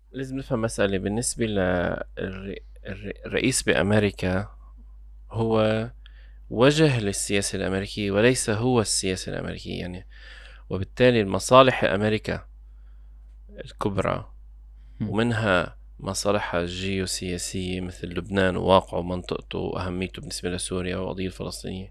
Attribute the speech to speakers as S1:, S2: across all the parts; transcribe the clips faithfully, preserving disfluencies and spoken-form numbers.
S1: لازم نفهم مسألة بالنسبة للرئيس بأمريكا. هو وجه للسياسة الأمريكية وليس هو السياسة الأمريكية يعني. وبالتالي المصالح أمريكا الكبرى
S2: م.
S1: ومنها مصالحها الجيوسياسية مثل لبنان وواقعه ومنطقته وأهميته بالنسبة لسوريا والقضية الفلسطينية.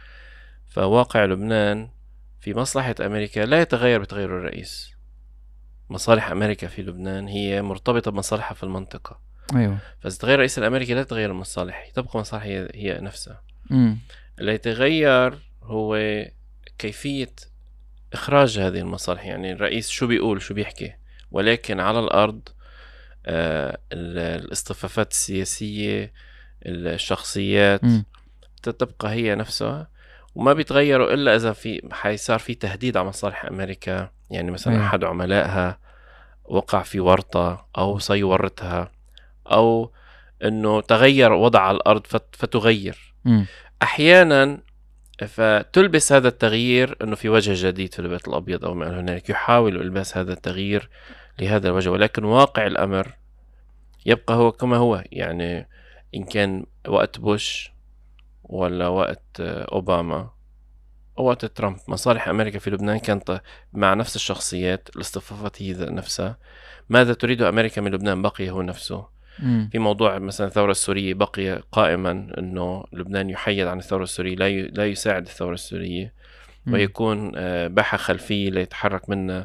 S1: فواقع لبنان في مصلحة أمريكا لا يتغير بتغير الرئيس. مصالح أمريكا في لبنان هي مرتبطة بمصالحها في المنطقة.
S2: أيوة.
S1: فإذا تغير الرئيس الأمريكي لا تتغير المصالح، تبقى مصالح هي, هي نفسها.
S2: م.
S1: اللي يتغير هو كيفية إخراج هذه المصالح. يعني الرئيس شو بيقول شو بيحكي، ولكن على الأرض آه الاصطفافات السياسية الشخصيات
S2: م.
S1: تبقى هي نفسها، وما بيتغيروا إلا إذا في حيصير في تهديد على مصالح أمريكا. يعني مثلا
S2: أيوة.
S1: أحد عملائها وقع في ورطة أو سيورطها، أو أنه تغير وضع على الأرض فتغير
S2: م.
S1: أحيانا. فتلبس هذا التغيير أنه في وجه جديد في البيت الأبيض أو ما هنالك، يحاول إلباس هذا التغيير لهذا الوجه، ولكن واقع الأمر يبقى هو كما هو. يعني إن كان وقت بوش ولا وقت أوباما أو وقت ترامب، مصالح أمريكا في لبنان كانت مع نفس الشخصيات، الاصطفافات هي نفسها. ماذا تريد أمريكا من لبنان بقي هو نفسه.
S2: م.
S1: في موضوع مثلا الثورة السورية بقي قائما أنه لبنان يحيد عن الثورة السورية، لا لا يساعد الثورة السورية،
S2: م.
S1: ويكون باحة خلفية ليتحرك منها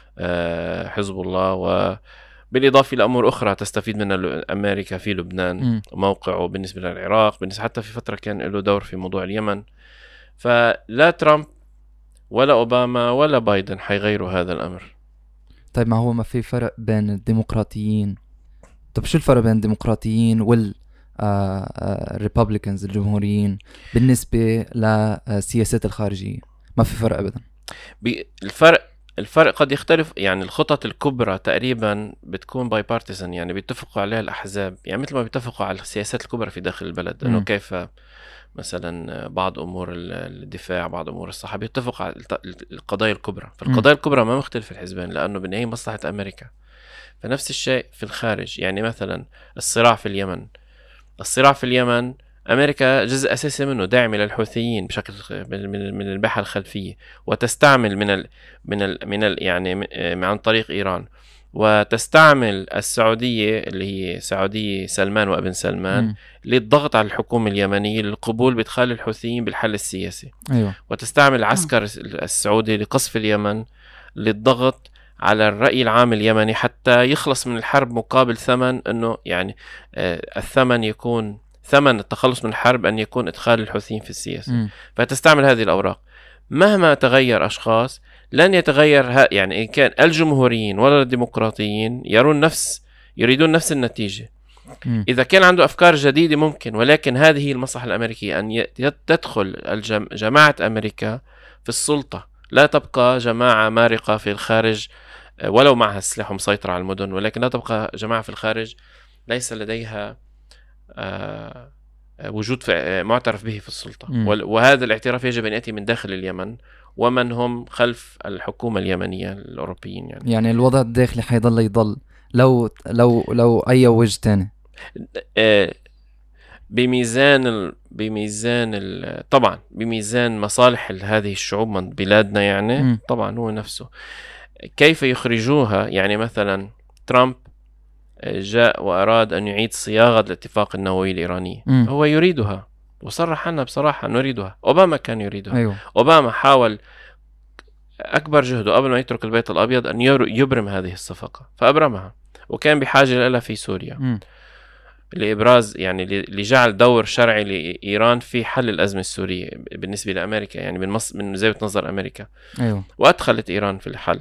S1: حزب الله، وبالإضافة لأمور أخرى تستفيد منها أمريكا في لبنان،
S2: م.
S1: موقعه بالنسبة للعراق، بالنسبة حتى في فترة كان له دور في موضوع اليمن. فلا ترامب ولا أوباما ولا بايدن حيغيروا هذا الأمر.
S2: طيب ما هو ما في فرق بين الديمقراطيين؟ طب شو الفرق بين الديمقراطيين وال الريبابليكانز الجمهوريين بالنسبة للسياسات الخارجية؟ ما في فرق أبدا.
S1: الفرق الفرق قد يختلف. يعني الخطط الكبرى تقريبا بتكون باي بارتيزن، يعني بيتفقوا عليها الأحزاب، يعني مثل ما بيتفقوا على السياسات الكبرى في داخل البلد، أنه كيف مثلا بعض أمور الدفاع بعض أمور الصحة بيتفقوا على القضايا الكبرى. فالقضايا الكبرى ما مختلف الحزبين لأنه بالنهاية مصلحة أمريكا. فنفس الشيء في الخارج. يعني مثلا الصراع في اليمن الصراع في اليمن أمريكا جزء أساسي منه، داعمة للحوثيين بشكل من من الباحة الخلفية، وتستعمل من ال من ال من ال يعني عن طريق إيران، وتستعمل السعودية اللي هي سعودية سلمان وابن سلمان
S2: م.
S1: للضغط على الحكومة اليمنية للقبول بإدخال الحوثيين بالحل السياسي.
S2: أيوة.
S1: وتستعمل العسكر السعودي لقصف اليمن للضغط على الرأي العام اليمني حتى يخلص من الحرب مقابل ثمن أنه يعني آه الثمن يكون ثمن التخلص من الحرب أن يكون إدخال الحوثيين في السياسة.
S2: م.
S1: فتستعمل هذه الأوراق. مهما تغير أشخاص لن يتغير. يعني إن كان الجمهوريين ولا الديمقراطيين يرون نفس يريدون نفس النتيجة.
S2: م.
S1: إذا كان عنده أفكار جديدة ممكن، ولكن هذه هي المصلحة الأمريكية، أن تدخل الجم... جماعة أمريكا في السلطة، لا تبقى جماعة مارقة في الخارج ولو معها السلاح ومسيطرة على المدن، ولكن لا تبقى جماعة في الخارج ليس لديها آه وجود معترف به في السلطة.
S2: م.
S1: وهذا الاعتراف يجب أن يأتي من داخل اليمن ومن هم خلف الحكومة اليمنية الأوروبيين. يعني
S2: يعني الوضع الداخلي حيضل يضل لو لو لو أي وجه تاني
S1: آه بميزان ال... بميزان ال... طبعا بميزان مصالح هذه الشعوب من بلادنا. يعني
S2: م.
S1: طبعا هو نفسه كيف يخرجوها. يعني مثلا ترامب جاء وأراد أن يعيد صياغة الاتفاق النووي الإيراني.
S2: م.
S1: هو يريدها وصرح عنها بصراحة نريدها. أوباما كان يريدها.
S2: أيوة.
S1: أوباما حاول أكبر جهده قبل ما يترك البيت الأبيض أن يبرم هذه الصفقة، فأبرمها، وكان بحاجة لها في سوريا
S2: م.
S1: لإبراز يعني لجعل دور شرعي لإيران في حل الأزمة السورية بالنسبة لأمريكا، يعني من مص... من زاوية نظر أمريكا.
S2: أيوة.
S1: وأدخلت إيران في الحل.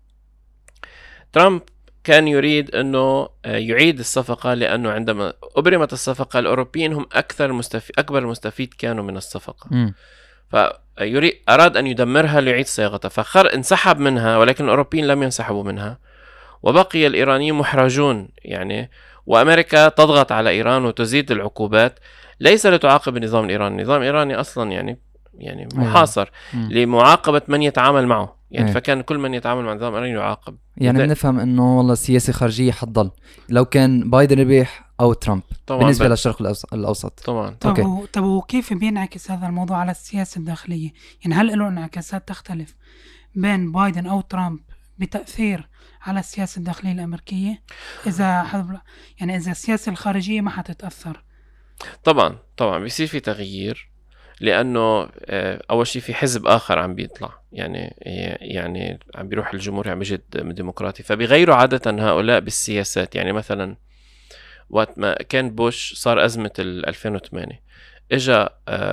S1: ترامب كان يريد أنه يعيد الصفقة، لأنه عندما أبرمت الصفقة الأوروبيين هم أكثر مستفيد أكبر مستفيد كانوا من الصفقة.
S2: م.
S1: فيريد أراد أن يدمرها ليعيد صياغتها، فخر انسحب منها، ولكن الأوروبيين لم ينسحبوا منها، وبقي الإيرانيين محرجون. يعني وأمريكا تضغط على إيران وتزيد العقوبات، ليس لتعاقب النظام الإيراني. النظام الإيراني أصلا يعني يعني محاصر
S2: أيوة.
S1: لمعاقبة من يتعامل معه يعني
S2: أيوة.
S1: فكان كل من يتعامل مع نظام إيراني يعاقب.
S2: يعني بنفهم انه والله سياسة خارجية حتضل لو كان بايدن ربيح او ترامب بالنسبة ب... للشرق الأوسط.
S1: طبعا.
S3: طب و... طب وكيف بينعكس هذا الموضوع على السياسة الداخلية؟ يعني هل له انعكاسات تختلف بين بايدن او ترامب بتأثير على السياسة الداخلية الأمريكية إذا حضر... يعني إذا السياسة الخارجية ما حتتأثر؟
S1: طبعا طبعا بيصير في تغيير لأنه أول شيء في حزب آخر عم بيطلع يعني يعني عم بيروح الجمهوري عم بيجد ديمقراطي فبيغيروا عادة هؤلاء بالسياسات. يعني مثلا وقت ما كان بوش صار أزمة ألفين وثمانية إجا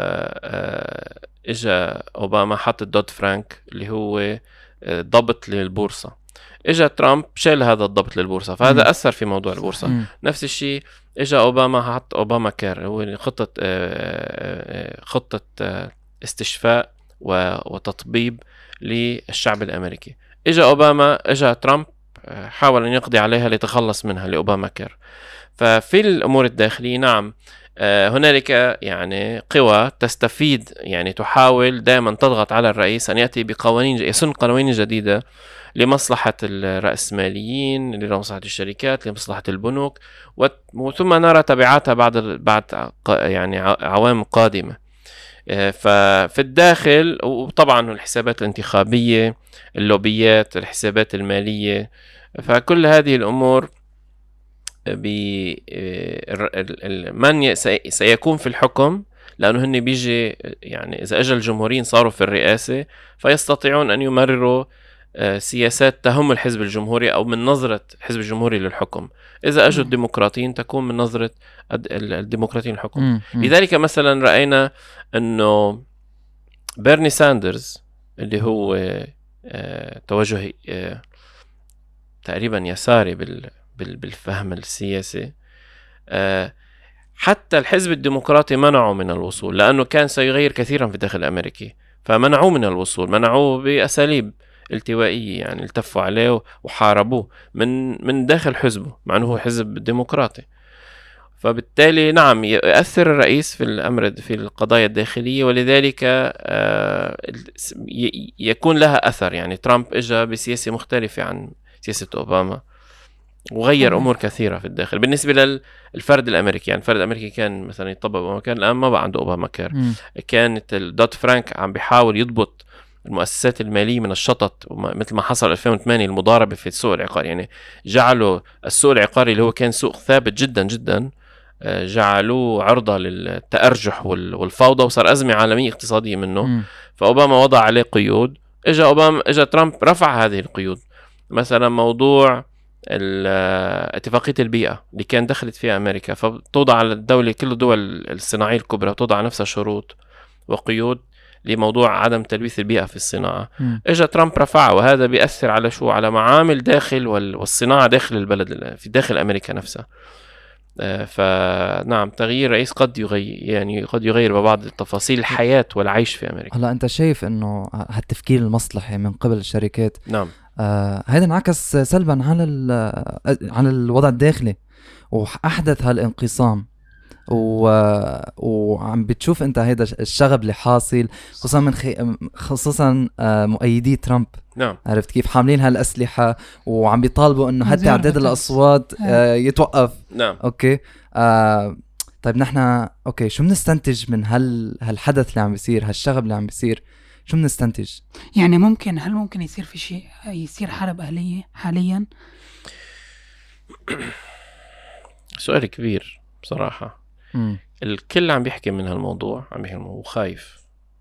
S1: إجا أوباما حط الدود فرانك اللي هو ضبط للبورصة. إجا ترامب شال هذا الضبط للبورصة فهذا م. أثر في موضوع البورصة. م. نفس الشيء إجا أوباما حط أوباما كير هو خطة خطة استشفاء وتطبيب للشعب الأمريكي. إجا أوباما إجا ترامب حاول أن يقضي عليها ليتخلص منها لأوباما كير. ففي الأمور الداخلية نعم هنالك يعني قوى تستفيد يعني تحاول دائما تضغط على الرئيس أن يأتي بقوانين يسن قوانين جديدة لمصلحة الرأسماليين لمصلحة الشركات لمصلحة البنوك وثم نرى تبعاتها بعد بعد يعني عوام قادمة. ففي الداخل وطبعا الحسابات الانتخابية اللوبيات الحسابات المالية فكل هذه الأمور من سيكون في الحكم لأنه هن بيجي يعني إذا أجل الجمهوريين صاروا في الرئاسة فيستطيعون أن يمرروا سياسات تهم الحزب الجمهوري أو من نظرة الحزب الجمهوري للحكم. إذا أجوا الديمقراطيين تكون من نظرة الديمقراطيين للحكم. لذلك مثلا رأينا أنه بيرني ساندرز اللي هو توجه تقريبا يساري بالفهم السياسي حتى الحزب الديمقراطي منعه من الوصول لأنه كان سيغير كثيرا في الداخل الأمريكي فمنعوه من الوصول منعوه بأساليب التوائية يعني التفوا عليه وحاربوه من من داخل حزبه مع أنه هو حزب ديمقراطي. فبالتالي نعم يؤثر الرئيس في الأمر في القضايا الداخلية ولذلك يكون لها أثر. يعني ترامب إجا بسياسة مختلفة عن سياسة أوباما وغير أمور كثيرة في الداخل بالنسبة للفرد الأمريكي. يعني الفرد الأمريكي كان مثلا يطبق أوباما كان الآن ما بقى عنده أوباما كير. كانت الدوت فرانك عم بيحاول يضبط المؤسسات المالية من الشطط مثل ما حصل ألفين وثمانية المضاربة في السوق العقاري. يعني جعلوا السوق العقاري اللي هو كان سوق ثابت جدا جدا جعلوه عرضة للتأرجح والفوضى وصار أزمة عالمية اقتصادية منه. م. فأوباما وضع عليه قيود. إجا أوباما إجا ترامب رفع هذه القيود. مثلا موضوع اتفاقية البيئة اللي كان دخلت فيها أمريكا فتوضع على الدولة كل الدول الصناعية الكبرى توضع نفسها شروط وقيود لموضوع عدم تلويث البيئة في الصناعة. م. إجا ترامب رفعها وهذا بيأثر على شو على معامل داخل والصناعة داخل البلد في داخل أمريكا نفسها. فنعم تغيير رئيس قد يغير يعني قد يغير ببعض التفاصيل الحياة والعيش في أمريكا.
S2: هلا أنت شايف إنه هالتفكير المصلحي من قبل الشركات
S1: نعم
S2: آه هذا انعكس سلبا على على الوضع الداخلي وأحدث هالانقسام و... وعم بتشوف أنت هذا الشغب اللي حاصل خصوصا من خي... خصوصا آه مؤيدي ترامب.
S1: نعم.
S2: عرفت كيف حاملين هالأسلحة وعم بيطالبوا إنه حتى عدد الأصوات آه يتوقف.
S1: نعم.
S2: أوكي آه طيب نحن أوكي شو بنستنتج من هال هالحدث اللي عم بيصير هالشغب اللي عم بيصير شو بنستنتج؟
S3: يعني ممكن هل ممكن يصير في شيء يصير حرب أهلية حاليا؟
S1: سؤال كبير بصراحة.
S2: م.
S1: الكل عم بيحكي من هالموضوع عم بيحكي وخايف.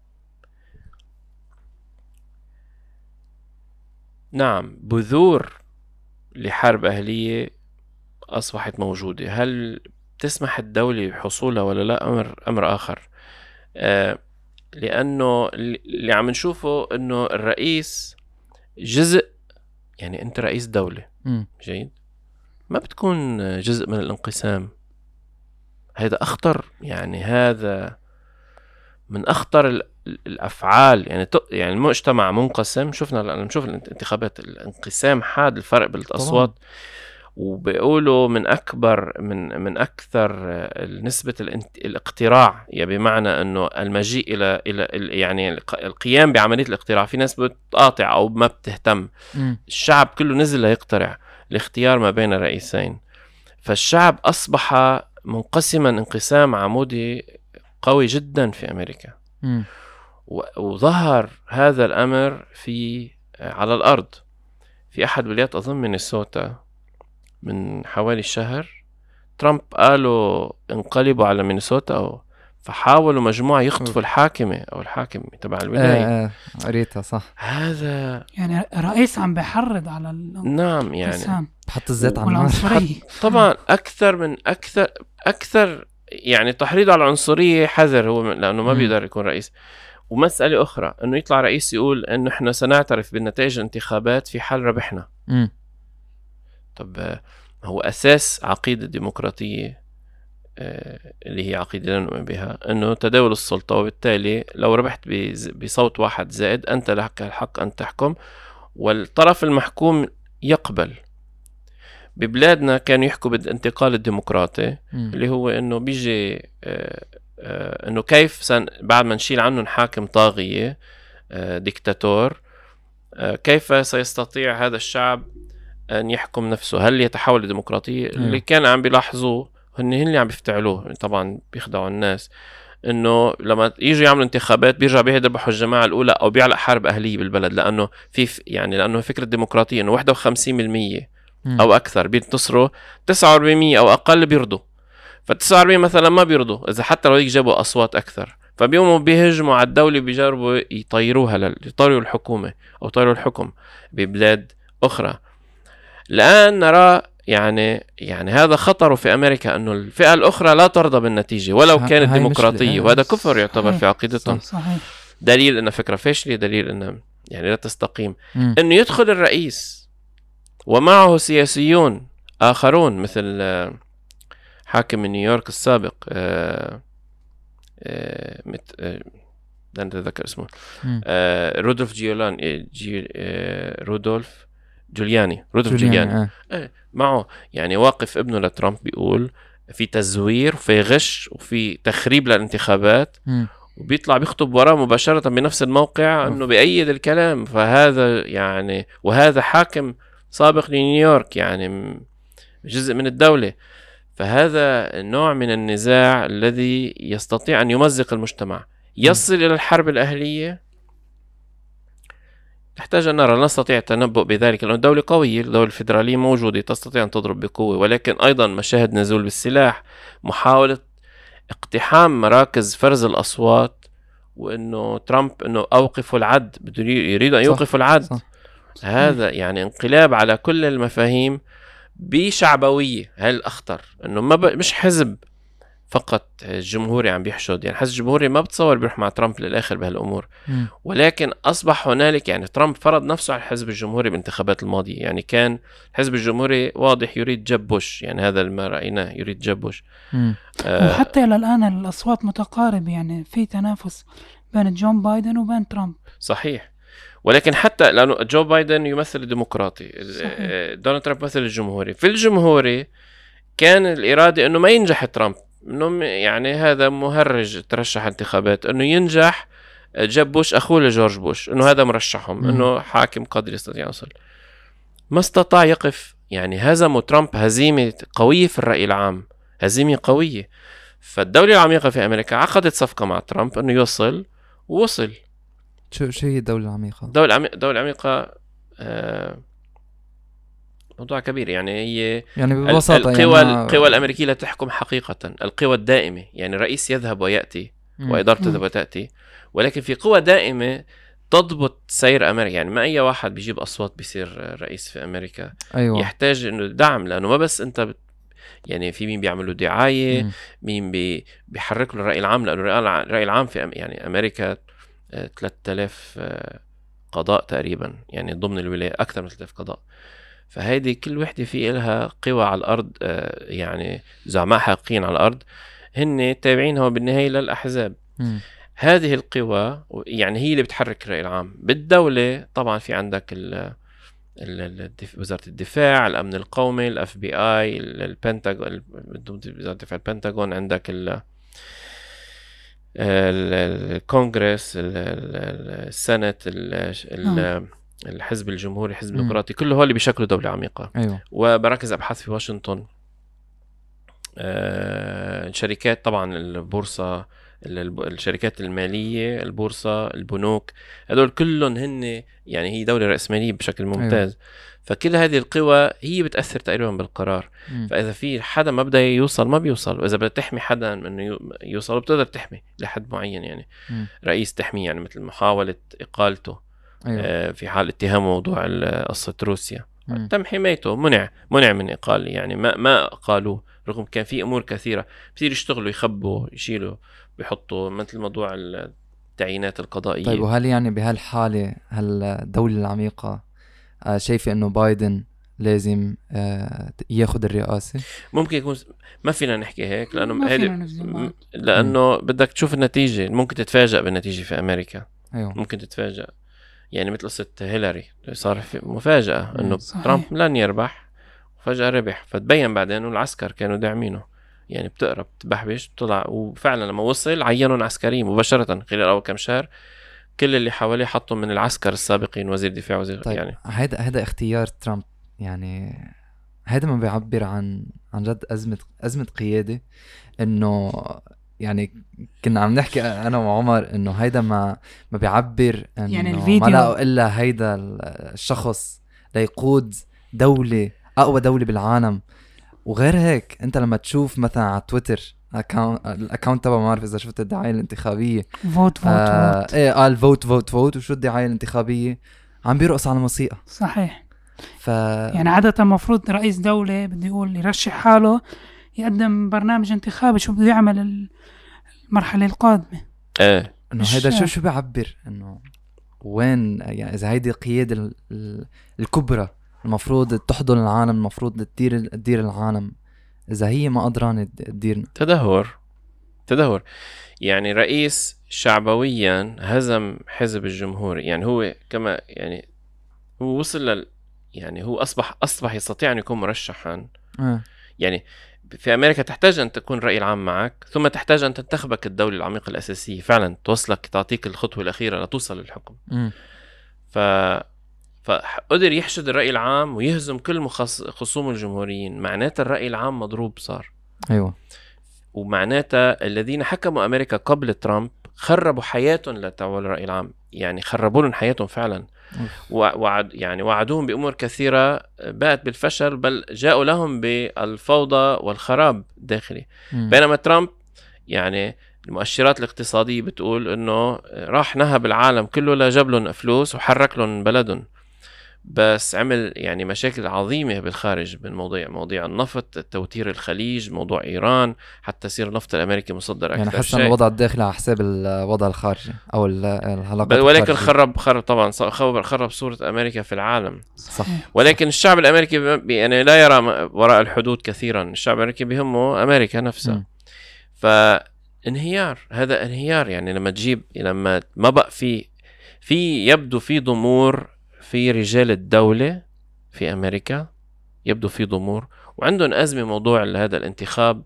S1: نعم بذور لحرب أهلية أصبحت موجودة. هل تسمح الدولة بحصولها ولا لا أمر أمر آخر. آه لأنه اللي عم نشوفه إنه الرئيس جزء يعني أنت رئيس دولة
S2: م.
S1: جيد ما بتكون جزء من الانقسام. هذا أخطر يعني هذا من أخطر الأفعال. يعني يعني المجتمع منقسم شفنا نشوف الانتخابات الانقسام حاد الفرق بالأصوات وبيقولوا من أكبر من من أكثر نسبة الاقتراع، يعني بمعنى إنه المجيء إلى إلى يعني القيام بعملية الاقتراع، في ناس بتقاطع أو ما بتهتم. م. الشعب كله نزل ليقترع الاختيار ما بين رئيسين، فالشعب أصبح منقسما انقسام عمودي قوي جدا في أمريكا. م. وظهر هذا الأمر في على الأرض في أحد ولايات أظن مينيسوتا من حوالي شهر. ترامب قالوا انقلبوا على مينيسوتا أو فحاولوا مجموعة يخطفوا الحاكمة أو الحاكم تبع الولاية.
S2: قريتها صح.
S1: هذا
S3: يعني رئيس عم بحرض على ال...
S1: نعم يعني
S2: بحط الزيت على النار.
S1: طبعا أكثر من أكثر أكثر يعني تحريض على العنصرية حذر هو لأنه ما بيقدر يكون رئيس. ومسألة أخرى إنه يطلع رئيس يقول إنه إحنا سنعترف بالنتائج الانتخابات في حال ربحنا. م. طب هو أساس عقيدة الديمقراطية اللي هي عقيدة نؤمن بها إنه تداول السلطة، وبالتالي لو ربحت بصوت واحد زائد أنت لك الحق أن تحكم والطرف المحكوم يقبل. ببلادنا كانوا يحكوا بالانتقال الديمقراطي م. اللي هو إنه بيجي إنه كيف سن بعد ما نشيل عنه حاكم طاغية ديكتاتور كيف سيستطيع هذا الشعب أن يحكم نفسه؟ هل يتحول لديمقراطية؟ م. اللي كان عم بيلاحظوه هن اللي عم بيفتعلوه طبعا بيخدعوا الناس إنه لما يجوا يعملوا انتخابات بيرجع بيذبحوا الجماعة الأولى أو بيعلق حرب أهلية بالبلد، لأنه في يعني لأنه فكرة ديمقراطية إنه واحد وخمسين بالمية أو أكثر بينتصروا، تسعة وأربعين بالمية أو أقل بيرضوا. فالتسعة وأربعين مثلا ما بيرضوا إذا حتى لو يجيبوا أصوات أكثر، فبيوموا بيهجموا على الدولة بيجربوا يطيروها لل... يطيروا الحكومة أو يطيروا الحكم ببلاد أخرى. الآن نرى يعني يعني هذا خطر في أمريكا أنه الفئة الأخرى لا ترضى بالنتيجة ولو كانت ديمقراطية، وهذا كفر يعتبر في عقيدتهم. دليل أن فكرة فاشلة، دليل أن يعني لا تستقيم. م. أنه يدخل الرئيس ومعه سياسيون آخرون مثل حاكم نيويورك السابق آه آه مت آه لا نتذكر اسمه آه رودولف جيولان جي آه رودولف جولياني رودولف جولياني, جولياني. آه. آه معه يعني واقف ابنه لترامب بيقول في تزوير وفي غش وفي تخريب للانتخابات م. وبيطلع بيخطب وراه مباشرة بنفس الموقع انه بيأيد الكلام. فهذا يعني وهذا حاكم سابق لنيويورك يعني جزء من الدولة. فهذا النوع من النزاع الذي يستطيع أن يمزق المجتمع يصل إلى الحرب الأهلية. نحتاج أن نرى، لا نستطيع التنبؤ بذلك لأن الدولة قوية، الدولة الفيدرالية موجودة تستطيع أن تضرب بقوة، ولكن أيضا مشاهد نزول بالسلاح، محاولة اقتحام مراكز فرز الأصوات، وأنه ترامب أنه أوقفوا العد، بده يريد أن يوقفوا العد. صح. هذا يعني انقلاب على كل المفاهيم بشعبوية. هل الأخطر أنه ما ب... مش حزب فقط الجمهوري عم بيحشد، يعني حزب الجمهوري ما بتصور بيروح مع ترامب للآخر بهالأمور م. ولكن أصبح هنالك يعني ترامب فرض نفسه على الحزب الجمهوري بالانتخابات الماضية. يعني كان الحزب الجمهوري واضح يريد جب بوش، يعني هذا ما رأيناه يريد جب بوش.
S3: آه وحتى إلى الآن الأصوات متقاربة، يعني في تنافس بين جون بايدن وبين ترامب.
S1: صحيح، ولكن حتى لأنه جو بايدن يمثل الديمقراطي، دونالد ترامب يمثل الجمهوري. في الجمهوري كان الإرادة أنه ما ينجح ترامب، أنه يعني هذا مهرج ترشح انتخابات، أنه ينجح جاب بوش أخوه لجورج بوش، أنه هذا مرشحهم، أنه حاكم قادر يستطيع يوصل. ما استطاع يقف، يعني هزموا ترامب هزيمة قوية في الرأي العام، هزيمة قوية. فالدولة العميقة في أمريكا عقدت صفقة مع ترامب أنه يوصل، ووصل.
S2: شو شو هي الدولة العميقة؟
S1: الدولة العميقة الدولة العميقة آه موضوع كبير، يعني هي
S2: يعني ببساطة
S1: القوى
S2: يعني
S1: القوى الأمريكية لا تحكم حقيقة، القوى الدائمة، يعني الرئيس يذهب ويأتي وإدارة تذهب وتأتي، ولكن في قوى دائمة تضبط سير أمريكا. يعني ما أي واحد بيجيب أصوات بيصير رئيس في أمريكا.
S2: أيوة.
S1: يحتاج إنه دعم، لأنه ما بس أنت بت يعني في مين بيعملوا دعاية، م. مين بي بيحرك له الرأي العام، لأنه الرأي العام في أم يعني أمريكا ثلاثة آلاف قضاء تقريبا، يعني ضمن الولاية أكثر من ثلاثة آلاف قضاء. فهيدي كل وحدة في إلها قوى على الأرض، يعني زعماء حقيقيين على الأرض هن تابعينها بالنهاية للأحزاب. م. هذه القوى يعني هي اللي بتحرك الرأي العام بالدولة. طبعا في عندك وزارة الدفاع، الأمن القومي، الأف بي آي، البنتاغون، وزارة الدفاع، البنتاغون، عندك ال الكونغرس، السنت، الحزب الجمهوري، الحزب الديمقراطي، كل هول بيشكلوا دولة عميقة.
S2: أيوة.
S1: ومراكز أبحاث في واشنطن، الشركات طبعا، البورصة، الشركات المالية، البورصة، البنوك، هذول كلهم هن يعني هي دولة رأسمالية بشكل ممتاز. أيوة. فكل هذه القوى هي بتأثر تقريبا بالقرار. م. فإذا في حدا ما بده يوصل ما بيوصل، وإذا بدها تحمي حدا من يوصل بتقدر تحمي لحد معين يعني. م. رئيس تحميه يعني مثل محاولة إقالته. أيوة. آه في حال اتهامه موضوع قصة روسيا، م. تم حمايته، منع منع من إقالة يعني، ما ما قالوه رغم كان في أمور كثيرة بصير يشتغلوا يخبوا يشيلوا بيحطوا مثل موضوع التعيينات القضائية.
S2: طيب وهل يعني بهالحالة هل الدولة العميقة شايفة انه بايدن لازم ياخد الرئاسة؟
S1: ممكن يكون ما فينا نحكي هيك لانه هيدي لانه بدك تشوف النتيجة، ممكن تتفاجأ بالنتيجة في امريكا. أيوه. ممكن تتفاجأ يعني مثل قصة هيلاري صار في مفاجأة انه ترامب لن يربح وفجأة ربح، فتبين بعدين والعسكر كانوا داعمينه يعني، بتقرب تبحبش طلع، وفعلا لما وصل عينوا عسكريين مباشرة خلال اول كم شهر، كل اللي حواليه حطوا من العسكر السابقين، وزير دفاع وزير.
S2: طيب
S1: يعني
S2: هذا هذا اختيار ترامب يعني، هذا ما بيعبر عن عن جد أزمة أزمة قيادة. إنه يعني كنا عم نحكي أنا وعمر إنه هيدا ما ما بيعبر إنه
S3: يعني الفيديو
S2: ما لقوا إلا هيدا الشخص ليقود دولة أقوى دولة بالعالم. وغير هيك أنت لما تشوف مثلا على تويتر اكاونت الاكاونت تبعه، ما بعرف اذا شفت الدعايه الانتخابيه،
S3: فوت فوت
S2: آه
S3: فوت
S2: ايه قال فوت فوت فوت، وشو الدعايه الانتخابيه؟ عم بيرقص على الموسيقى.
S3: صحيح.
S2: ف
S3: يعني عاده المفروض رئيس دوله بده يقول يرشح حاله، يقدم برنامج انتخابي شو بده يعمل المرحله القادمه.
S1: ايه
S2: انه هيدا شو شو بيعبر انه وين يعني، اذا هيدي القياده الكبرى المفروض تحضن العالم، المفروض تدير تدير العالم، إذا هي ما قدرانة تديرنا.
S1: تدهور تدهور يعني. رئيس شعبويا هزم حزب الجمهوري يعني، هو كما يعني هو وصل لل يعني هو أصبح أصبح يستطيع أن يكون مرشحا.
S2: أه.
S1: يعني في أمريكا تحتاج أن تكون الرأي العام معك، ثم تحتاج أن تنتخبك الدولة العميقة الأساسية فعلا توصلك تعطيك الخطوة الأخيرة لتوصل للحكم. م. ف فقدر يحشد الرأي العام ويهزم كل مخص... خصوم الجمهوريين. معناته الرأي العام مضروب صار.
S2: أيوة.
S1: ومعناته الذين حكموا أمريكا قبل ترامب خربوا حياتهم لتعول الرأي العام، يعني خربوا لهم حياتهم فعلا. وعد يعني وعدوهم بأمور كثيرة بات بالفشل، بل جاءوا لهم بالفوضى والخراب الداخلي. م. بينما ترامب يعني المؤشرات الاقتصادية بتقول انه راح نهب العالم كله لجاب لهم فلوس وحرك لهم بلدهم، بس عمل يعني مشاكل عظيمة بالخارج من موضوع موضوع النفط، توتير الخليج، موضوع إيران، حتى يصير النفط الأمريكي مصدر أكثر
S2: يعني
S1: شيء.
S2: حسن الوضع الداخلي على حساب الوضع الخارجي أو العلاقات،
S1: ولكن خرب خرب طبعا خرب خرب صورة أمريكا في العالم.
S2: صح.
S1: ولكن الشعب الأمريكي يعني لا يرى وراء الحدود كثيرا، الشعب الأمريكي بيهمه أمريكا نفسها. فانهيار، هذا انهيار يعني. لما تجيب لما ما بقى في في يبدو في ضمور في رجال الدولة في أمريكا، يبدو في ضمور وعندهم أزمة موضوع هذا الانتخاب.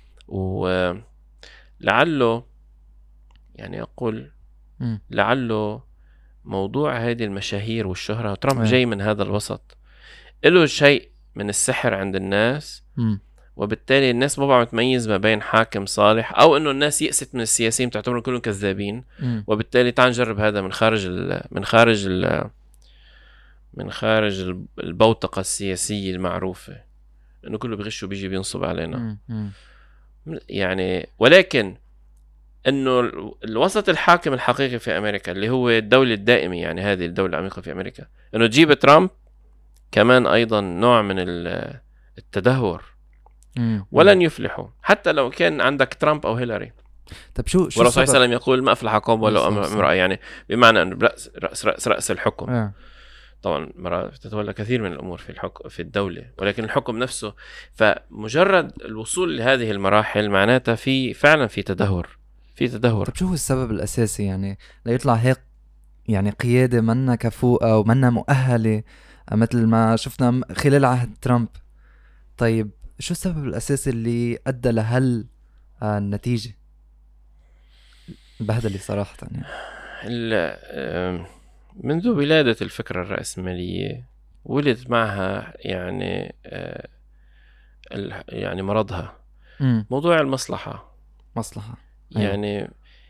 S1: ولعله يعني أقول م. لعله موضوع هذه المشاهير والشهرة، ترامب جاي من هذا الوسط، له شيء من السحر عند الناس. م. وبالتالي الناس ما بعرف تميز ما بين حاكم صالح او انه الناس يأست من السياسيين تعتبرهم كلهم كذابين. م. وبالتالي تعال نجرب هذا من خارج ال من خارج ال من خارج البوتقة السياسية المعروفة، انه كله بيغش وبيجي بينصب علينا. م. م. يعني ولكن انه الوسط الحاكم الحقيقي في امريكا اللي هو الدولة الدائمة، يعني هذه الدولة العميقة في امريكا، انه تجيب ترامب كمان ايضا نوع من التدهور. مم. ولن يفلحوا حتى لو كان عندك ترامب او هيلاري.
S2: طب شو شو
S1: والرسول صلى الله عليه وسلم يقول ما افلح قوم ولا امرأة، يعني بمعنى انه رأس رأس رأس, رأس الحكم. اه. طبعا مرة تتولى كثير من الامور في الحكم في الدولة، ولكن الحكم نفسه، فمجرد الوصول لهذه المراحل معناتها في فعلا في تدهور في تدهور.
S2: طب شو هو السبب الاساسي يعني ليطلع هيك يعني قيادة منا كفوءة ومنا مؤهلة مثل ما شفنا م- خلال عهد ترامب. طيب شو السبب الأساسي اللي أدى لهال آه، النتيجة البهدلة صراحة يعني؟
S1: ال- آم، منذ ولادة الفكرة الرأسمالية ولد معها يعني آه، ال- يعني مرضها
S2: مم.
S1: موضوع المصلحة.
S2: مصلحة. أيوة.
S1: يعني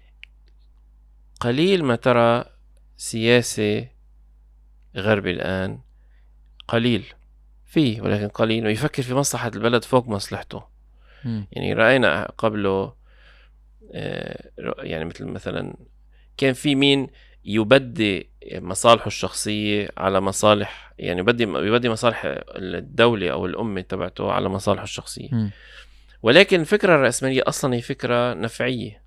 S1: قليل ما ترى سياسي غربي الآن، قليل فيه ولكن قليل، ويفكر في مصلحة البلد فوق مصلحته.
S2: مم.
S1: يعني رأينا قبله آه، يعني مثل مثلا كان في مين يبدي مصالحه الشخصية على مصالح، يعني يبدي يبدي مصالح الدولة أو الأمة تبعته على مصالحه الشخصية.
S2: مم.
S1: ولكن الفكرة الرأسمالية أصلا هي فكرة نفعية،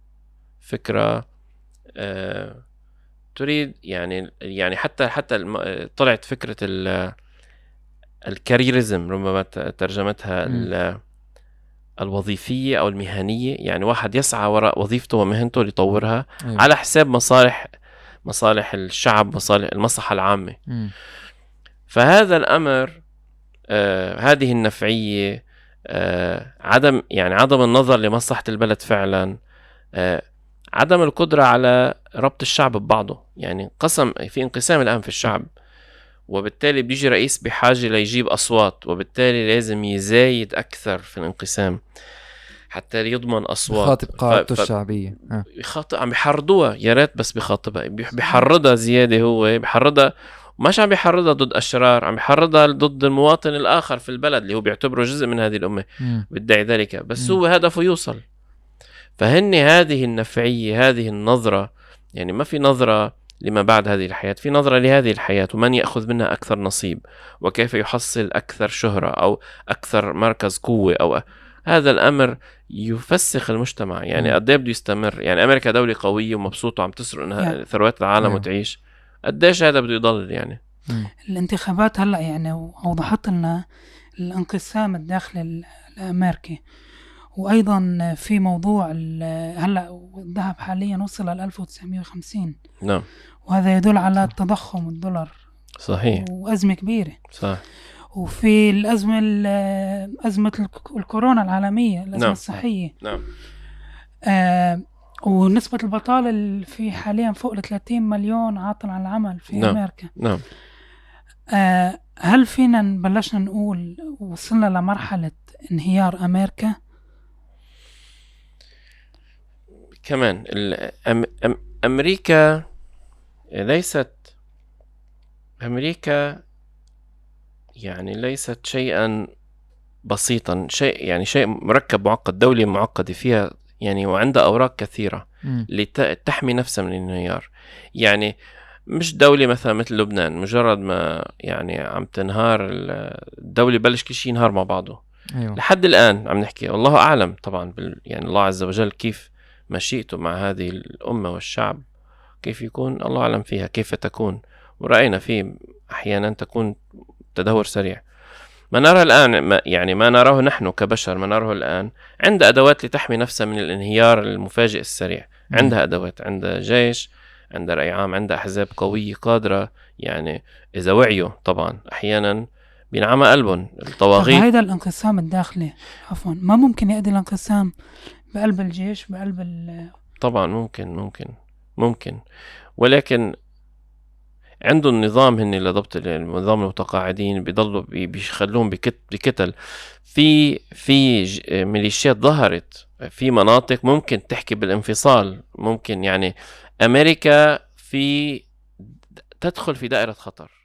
S1: فكرة آه تريد يعني يعني حتى حتى الم- طلعت فكرة ال- الكاريريزم، ربما ت- ترجمتها
S2: مم.
S1: ال- الوظيفية أو المهنية، يعني واحد يسعى وراء وظيفته ومهنته ليطورها
S2: أيوة.
S1: على حساب مصالح مصالح الشعب، مصالح المصلحة العامة.
S2: مم.
S1: فهذا الأمر آه هذه النفعية، آه عدم يعني عدم النظر لمصلحة البلد فعلا، آه عدم القدرة على ربط الشعب ببعضه. يعني قسم في انقسام الآن في الشعب، وبالتالي بيجي رئيس بحاجة ليجيب أصوات، وبالتالي لازم يزايد أكثر في الانقسام حتى يضمن أصوات.
S2: بخاطب قاعدته
S1: ف... ف...
S2: الشعبية. آه.
S1: بيخاطب، عم بيحرضوها، يا ريت بس بيخاطبها، بيح- بيحرضها زيادة، هو بيحرضها، مش عم بيحرضها ضد أشرار، عم بيحرضها ضد المواطن الآخر في البلد اللي هو بيعتبره جزء من هذه الأمة،
S2: مم.
S1: بيدعي ذلك، بس
S2: مم.
S1: هو هدفه يوصل. فهن هذه النفعية، هذه النظرة، يعني ما في نظرة لما بعد هذه الحياة، في نظرة لهذه الحياة ومن يأخذ منها أكثر نصيب، وكيف يحصل أكثر شهرة أو أكثر مركز قوة، أو هذا الأمر يفسخ المجتمع. يعني
S2: مم.
S1: قد ايه بده يستمر؟ يعني أمريكا دولة قوية ومبسوطة وعم تسرق إنها
S3: يعني.
S1: ثروات العالم
S2: أيوة.
S1: وتعيش، قديش هذا بده يضل يعني؟
S2: مم.
S3: الانتخابات هلأ يعني أوضحت لنا الانقسام الداخلي ال- الأمريكي. وأيضا في موضوع ال- هلأ الذهب حاليا وصل ل ألف وتسعمية وخمسين،
S1: نعم
S3: وهذا يدل على التضخم الدولار،
S1: صحيح
S3: وأزمة كبيرة.
S1: صح.
S3: وفي الأزمة ال- أزمة الك- الكورونا العالمية، الأزمة
S1: نعم.
S3: الصحية.
S1: نعم
S3: آه ونسبة البطالة ال- في حاليا فوق ل ثلاثين مليون عاطل عن العمل في
S1: نعم.
S3: أمريكا.
S1: نعم
S3: آه هل فينا بلشنا نقول وصلنا لمرحلة انهيار أمريكا؟
S1: كمان ال- أم أم أمريكا ليست أمريكا يعني ليست شيئا بسيطا، شيء يعني شيء مركب معقد، دولة معقدة فيها يعني وعندها أوراق كثيرة
S2: مم.
S1: لتحمي نفسها من الانهيار. يعني مش دولة مثلا مثل لبنان مجرد ما يعني عم تنهار الدولة بلش كل شيء ينهار مع بعضه.
S2: أيوة.
S1: لحد الآن عم نحكي، والله أعلم طبعا بال يعني الله عز وجل كيف مشيئته مع هذه الأمة والشعب، كيف يكون الله أعلم فيها كيف تكون. ورأينا فيه أحيانا تكون تدهور سريع. ما نرى الآن ما يعني ما نراه نحن كبشر، ما نراه الآن عند أدوات لتحمي نفسها من الانهيار المفاجئ السريع.
S2: مم.
S1: عندها أدوات، عندها جيش، عندها رأي عام، عندها أحزاب قوية قادرة، يعني إذا وعيوا طبعا أحيانا بينعمى قلبهم
S3: طب
S1: الطواغيت.
S3: هيدا الانقسام الداخلي عفوا ما ممكن يؤدي الانقسام بقلب الجيش بقلب ال
S1: طبعا ممكن ممكن ممكن ولكن عندهم نظام هن لضبط النظام، المتقاعدين بيضلوا بي- بيخلوهم بكت بكتل في في ج- ميليشيات ظهرت في مناطق ممكن تحكي بالانفصال. ممكن يعني أمريكا في تدخل في دائرة خطر.